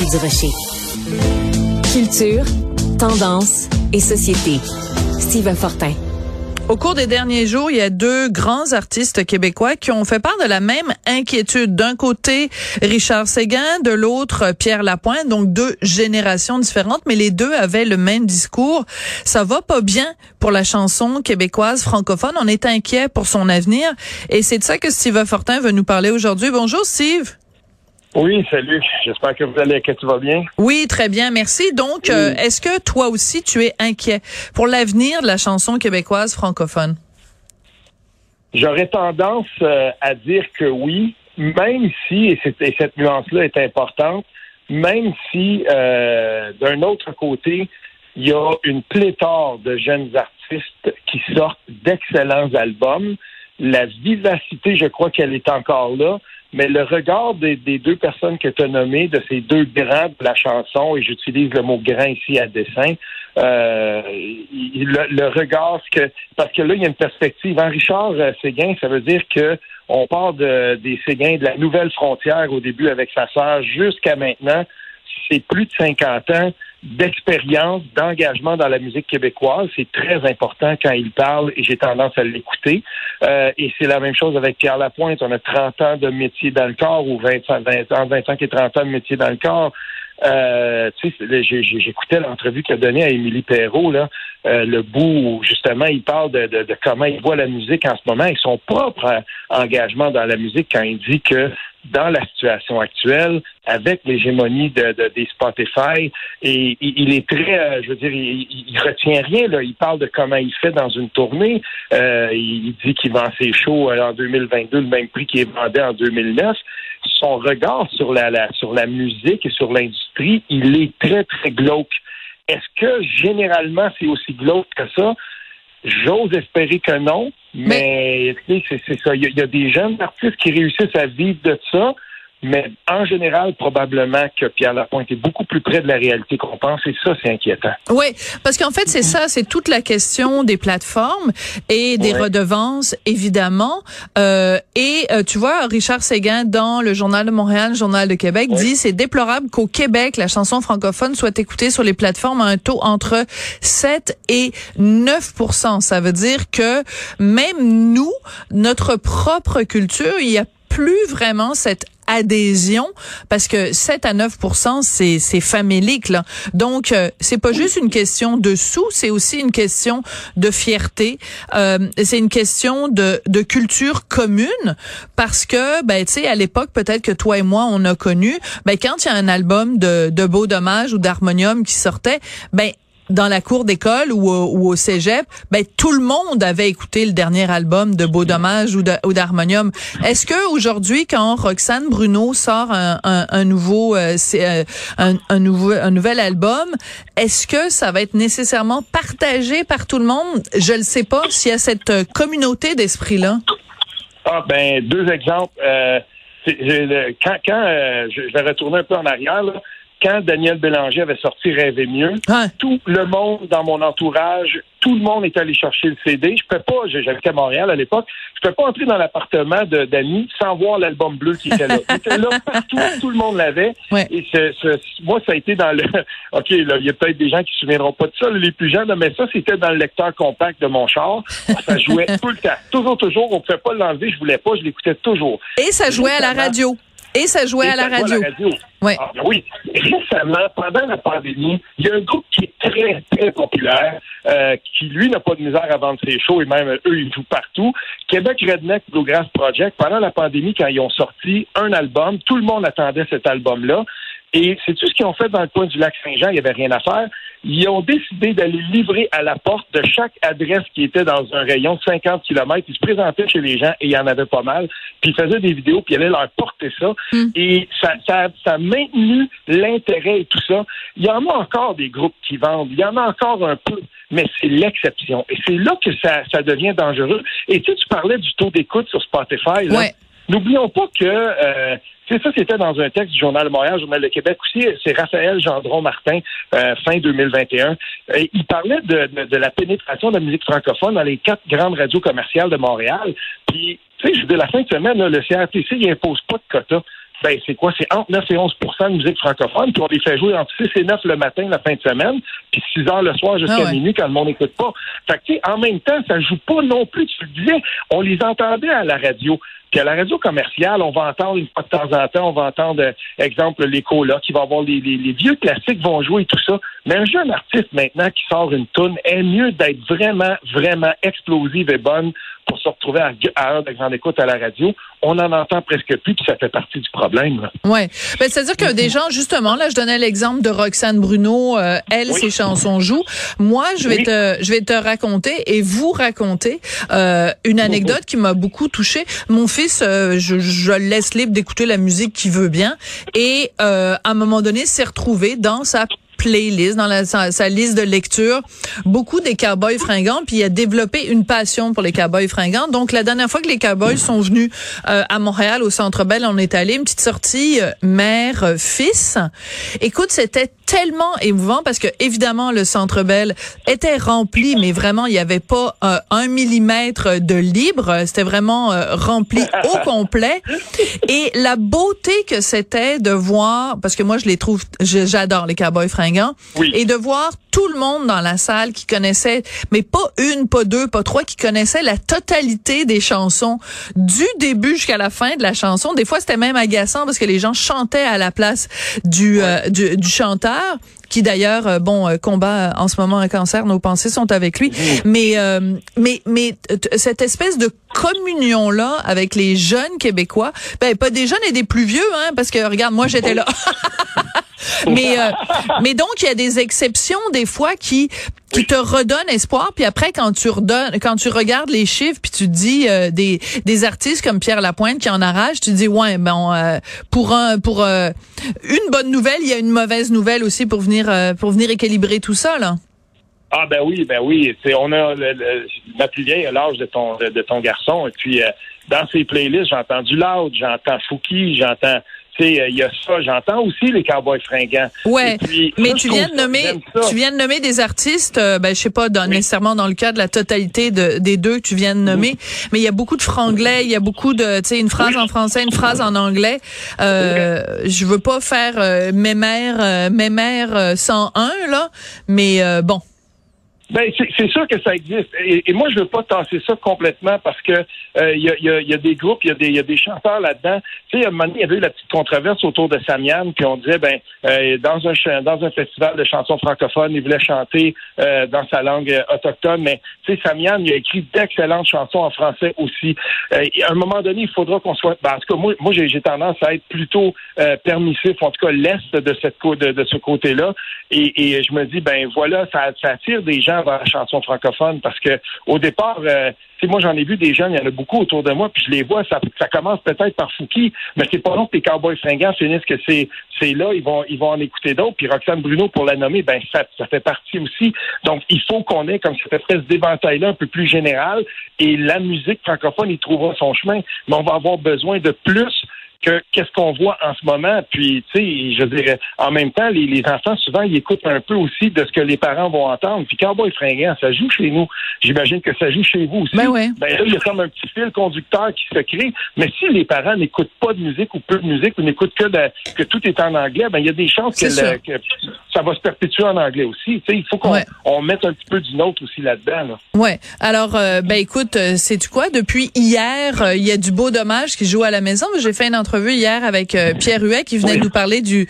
Durocher. Culture, tendance et société. Steve Fortin. Au cours des derniers jours, il y a deux grands artistes québécois qui ont fait part de la même inquiétude. D'un côté, Richard Séguin, de l'autre, Pierre Lapointe, donc deux générations différentes, mais les deux avaient le même discours. Ça va pas bien pour la chanson québécoise francophone. On est inquiet pour son avenir et c'est de ça que Steve Fortin veut nous parler aujourd'hui. Bonjour Steve. Oui, salut. J'espère que tu vas bien. Oui, très bien, merci. Donc, est-ce que toi aussi, tu es inquiet pour l'avenir de la chanson québécoise francophone? J'aurais tendance à dire que oui, même si, et cette nuance-là est importante, même si, d'un autre côté, il y a une pléthore de jeunes artistes qui sortent d'excellents albums. La vivacité, je crois qu'elle est encore là. Mais le regard des deux personnes que tu as nommées, de ces deux grands de la chanson, et j'utilise le mot grand ici à dessein, le regard, parce que là, il y a une perspective. Richard Séguin, ça veut dire que on part des Séguin de la nouvelle frontière au début avec sa sœur jusqu'à maintenant. C'est plus de 50 ans d'expérience, d'engagement dans la musique québécoise. C'est très important quand il parle et j'ai tendance à l'écouter. Et c'est la même chose avec Pierre Lapointe. On a 30 ans de métier dans le corps ou 25 et 30 ans de métier dans le corps. J'écoutais l'entrevue qu'il a donnée à Émilie Perrault, là, le bout où justement il parle de comment il voit la musique en ce moment et son propre engagement dans la musique quand il dit que dans la situation actuelle, avec l'hégémonie des Spotify, et il est très, il retient rien, là. Il parle de comment il fait dans une tournée. Il dit qu'il vend ses shows en 2022 le même prix qu'il vendait en 2009. Son regard sur la musique et sur l'industrie, il est très, très glauque. Est-ce que généralement c'est aussi glauque que ça? J'ose espérer que non, mais c'est ça. Il y a des jeunes artistes qui réussissent à vivre de ça, mais en général, probablement que Pierre Lapointe est beaucoup plus près de la réalité qu'on pense, et ça, c'est inquiétant. Oui, parce qu'en fait, c'est ça, c'est toute la question des plateformes et des redevances, évidemment. Tu vois, Richard Séguin, dans le Journal de Montréal, le Journal de Québec, dit « C'est déplorable qu'au Québec, la chanson francophone soit écoutée sur les plateformes à un taux entre 7 et 9 %. Ça veut dire que même nous, notre propre culture, il y a plus vraiment cette adhésion parce que 7 à 9 % c'est famélique là. Donc c'est pas juste une question de sous, c'est aussi une question de fierté, c'est une question de culture commune parce que tu sais à l'époque peut-être que toi et moi on a connu quand il y a un album de Beau Dommage ou d'Harmonium qui sortait dans la cour d'école ou au cégep, tout le monde avait écouté le dernier album de Beau Dommage ou d'Harmonium. Est-ce que aujourd'hui, quand Roxane Bruno sort un nouvel album, est-ce que ça va être nécessairement partagé par tout le monde? Je le sais pas s'il y a cette communauté d'esprit-là. Deux exemples. Je vais retourner un peu en arrière, là. Quand Daniel Bélanger avait sorti Rêver mieux, tout le monde dans mon entourage, tout le monde est allé chercher le CD. J'habitais à Montréal à l'époque, je peux pas entrer dans l'appartement d'amis sans voir l'album bleu qui était là. Il était là partout, tout le monde l'avait. Ouais. Et moi, ça a été dans le... OK, là, il y a peut-être des gens qui se souviendront pas de ça, les plus jeunes, mais ça, c'était dans le lecteur compact de mon char. Ça jouait tout le temps. Toujours, on pouvait pas l'enlever, je voulais pas, je l'écoutais toujours. Et ça jouait à la radio. Et ça jouait à la radio. Ouais. Oui. Récemment, pendant la pandémie, il y a un groupe qui est très, très populaire, qui, lui, n'a pas de misère à vendre ses shows, et même eux, ils jouent partout. Québec Redneck Bluegrass Project, pendant la pandémie, quand ils ont sorti un album, tout le monde attendait cet album-là. Et c'est tout ce qu'ils ont fait dans le coin du lac Saint-Jean, il n'y avait rien à faire. Ils ont décidé d'aller livrer à la porte de chaque adresse qui était dans un rayon de 50 km. Ils se présentaient chez les gens et il y en avait pas mal. Puis ils faisaient des vidéos puis ils allaient leur porter ça. Et ça a maintenu l'intérêt et tout ça. Il y en a encore des groupes qui vendent. Il y en a encore un peu. Mais c'est l'exception. Et c'est là que ça devient dangereux. Et tu parlais du taux d'écoute sur Spotify. Là. Ouais. N'oublions pas que... ça, c'était dans un texte du Journal de Montréal, Journal de Québec aussi. C'est Raphaël Gendron-Martin, fin 2021. Il parlait de la pénétration de la musique francophone dans les 4 grandes radios commerciales de Montréal. Puis, la fin de semaine, là, le CRTC, il impose pas de quotas. ben c'est quoi? C'est entre 9 et 11 % de musique francophone, puis on les fait jouer entre 6 et 9 le matin, la fin de semaine, puis 6 heures le soir jusqu'à minuit quand le monde n'écoute pas. Fait que, tu sais, en même temps, ça joue pas non plus, tu le disais, on les entendait à la radio. Puis à la radio commerciale, on va entendre une fois de temps en temps, on va entendre, exemple, les colas, qui va avoir les vieux classiques vont jouer et tout ça. Mais un jeune artiste maintenant qui sort une toune est mieux d'être vraiment, vraiment explosive et bonne pour se retrouver à heure de grande écoute à la radio. On en entend presque plus, puis ça fait partie du problème. Là. Ouais, ben c'est-à-dire que des gens, justement, là, je donnais l'exemple de Roxane Bruno, elle, ses chansons jouent. Moi, je vais te raconter et vous raconter une anecdote qui m'a beaucoup touchée. Mon fils, je le laisse libre d'écouter la musique qu'il veut bien, et à un moment donné, s'est retrouvé dans sa playlist, dans sa liste de lecture, beaucoup des Cowboys fringants, puis il a développé une passion pour les Cowboys fringants. Donc, la dernière fois que les Cowboys sont venus à Montréal, au Centre Bell, on est allé, une petite sortie mère-fils. Écoute, c'était tellement émouvant parce que, évidemment, le Centre Bell était rempli, mais vraiment, il n'y avait pas 1 millimètre de libre. C'était vraiment rempli au complet. Et la beauté que c'était de voir, parce que moi, j'adore les Cowboys fringants, et de voir tout le monde dans la salle qui connaissait, mais pas une, pas deux, pas trois, qui connaissait la totalité des chansons du début jusqu'à la fin de la chanson. Des fois, c'était même agaçant parce que les gens chantaient à la place du chanteur, qui d'ailleurs, combat en ce moment un cancer. Nos pensées sont avec lui. Mais cette espèce de communion là avec les jeunes Québécois, pas des jeunes et des plus vieux, hein, parce que regarde, moi j'étais là. Mais donc il y a des exceptions des fois qui te redonnent espoir, puis après quand tu regardes les chiffres puis tu te dis des artistes comme Pierre Lapointe qui en arrache, tu te dis ouais, pour une bonne nouvelle, il y a une mauvaise nouvelle aussi pour venir équilibrer tout ça là. Ah ben oui. On a ma plus vieille a l'âge de ton garçon, et puis dans ses playlists, j'entends du Loud, j'entends Fouki, j'entends, il y a ça, j'entends aussi les Cowboys fringants. Ouais, puis, mais tu viens de nommer des artistes, je sais pas nécessairement dans le cas de la totalité des deux que tu viens de nommer, mais il y a beaucoup de franglais, il y a beaucoup de, une phrase en français, une phrase en anglais. Je veux pas faire mes mères 101 là, mais bon. Ben c'est sûr que ça existe, et moi je veux pas tasser ça complètement parce que il y a des groupes, il y a des chanteurs là-dedans. Tu sais, à un moment donné, il y avait eu la petite controverse autour de Samian, puis on disait dans un festival de chansons francophones, il voulait chanter dans sa langue autochtone, mais tu sais, Samian, il a écrit d'excellentes chansons en français aussi. À un moment donné, il faudra qu'on soit, en tout cas moi j'ai tendance à être plutôt permissif, en tout cas l'est de ce côté-là, et je me dis voilà, ça attire des gens vers la chanson francophone, parce que au départ, moi j'en ai vu des jeunes, il y en a beaucoup autour de moi, puis je les vois, ça commence peut-être par Fouki, mais c'est pas long que les Cowboys fringants finissent que c'est là, ils vont en écouter d'autres, puis Roxane Bruno, pour la nommer, ça fait partie aussi. Donc il faut qu'on ait comme cette espèce d'éventail-là un peu plus général, et la musique francophone, il trouvera son chemin, mais on va avoir besoin de plus qu'est-ce qu'on voit en ce moment. Puis, tu sais, je dirais, en même temps, les enfants, souvent, ils écoutent un peu aussi de ce que les parents vont entendre. Puis, Cowboys fringants, ça joue chez nous. J'imagine que ça joue chez vous aussi. Ben ouais. Là, il y a comme un petit fil conducteur qui se crée. Mais si les parents n'écoutent pas de musique ou peu de musique, ou n'écoutent que tout est en anglais, il y a des chances que ça va se perpétuer en anglais aussi. Tu sais, il faut qu'on mette un petit peu du nôtre aussi là-dedans. Là. Ouais. Alors, écoute, sais-tu quoi? Depuis hier, il y a du Beau Dommage qui joue à la maison. J'ai fait une entrevue hier avec Pierre Huet qui venait nous parler du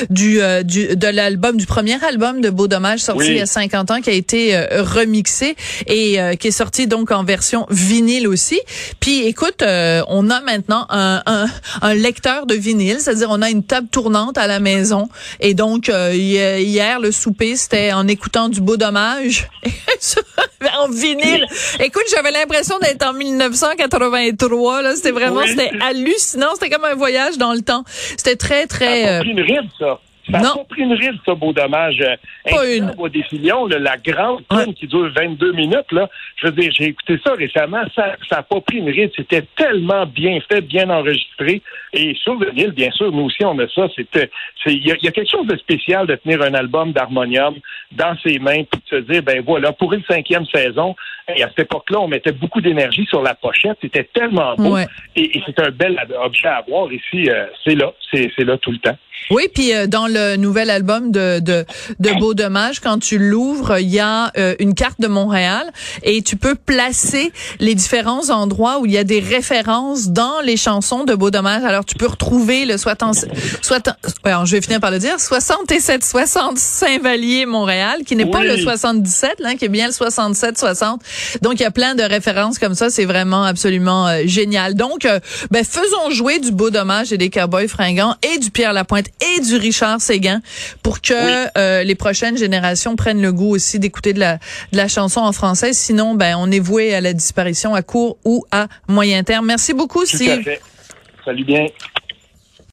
premier album de Beau Dommage sorti il y a 50 ans, qui a été remixé et qui est sorti donc en version vinyle aussi. Puis écoute, on a maintenant un lecteur de vinyle, c'est-à-dire on a une table tournante à la maison, et donc hier le souper c'était en écoutant du Beau Dommage en vinyle. Écoute, j'avais l'impression d'être en 1983 là, c'était vraiment c'était hallucinant, c'était comme un voyage dans le temps. C'était très très ça a pris une ride, ça. Ça n'a pas pris une ride, ça, Beau Dommage. Pas une. Bois des Filions, là, la grande tune qui dure 22 minutes, là. Je veux dire, j'ai écouté ça récemment, ça n'a pas pris une ride. C'était tellement bien fait, bien enregistré. Et sur le vinyle, bien sûr, nous aussi, on a ça. Il y a quelque chose de spécial de tenir un album d'harmonium dans ses mains puis de se dire, ben voilà, pour une 5e saison, et à cette époque-là, on mettait beaucoup d'énergie sur la pochette. C'était tellement beau. Ouais. Et c'est un bel objet à voir ici. C'est là tout le temps. Oui, puis dans le nouvel album de Beau Dommage, quand tu l'ouvres, il y a une carte de Montréal et tu peux placer les différents endroits où il y a des références dans les chansons de Beau Dommage. Alors tu peux retrouver le je vais finir par le dire, 67-60 Saint-Vallier Montréal, qui n'est pas le 77, là, qui est bien le 67-60. Donc il y a plein de références comme ça, c'est vraiment absolument génial. Donc faisons jouer du Beau Dommage et des Cowboys Fringants et du Pierre Lapointe et du Richard Séguin pour que les prochaines générations prennent le goût aussi d'écouter de la chanson en français. Sinon, on est voué à la disparition à court ou à moyen terme. Merci beaucoup, Steve. Tout à fait. Salut bien.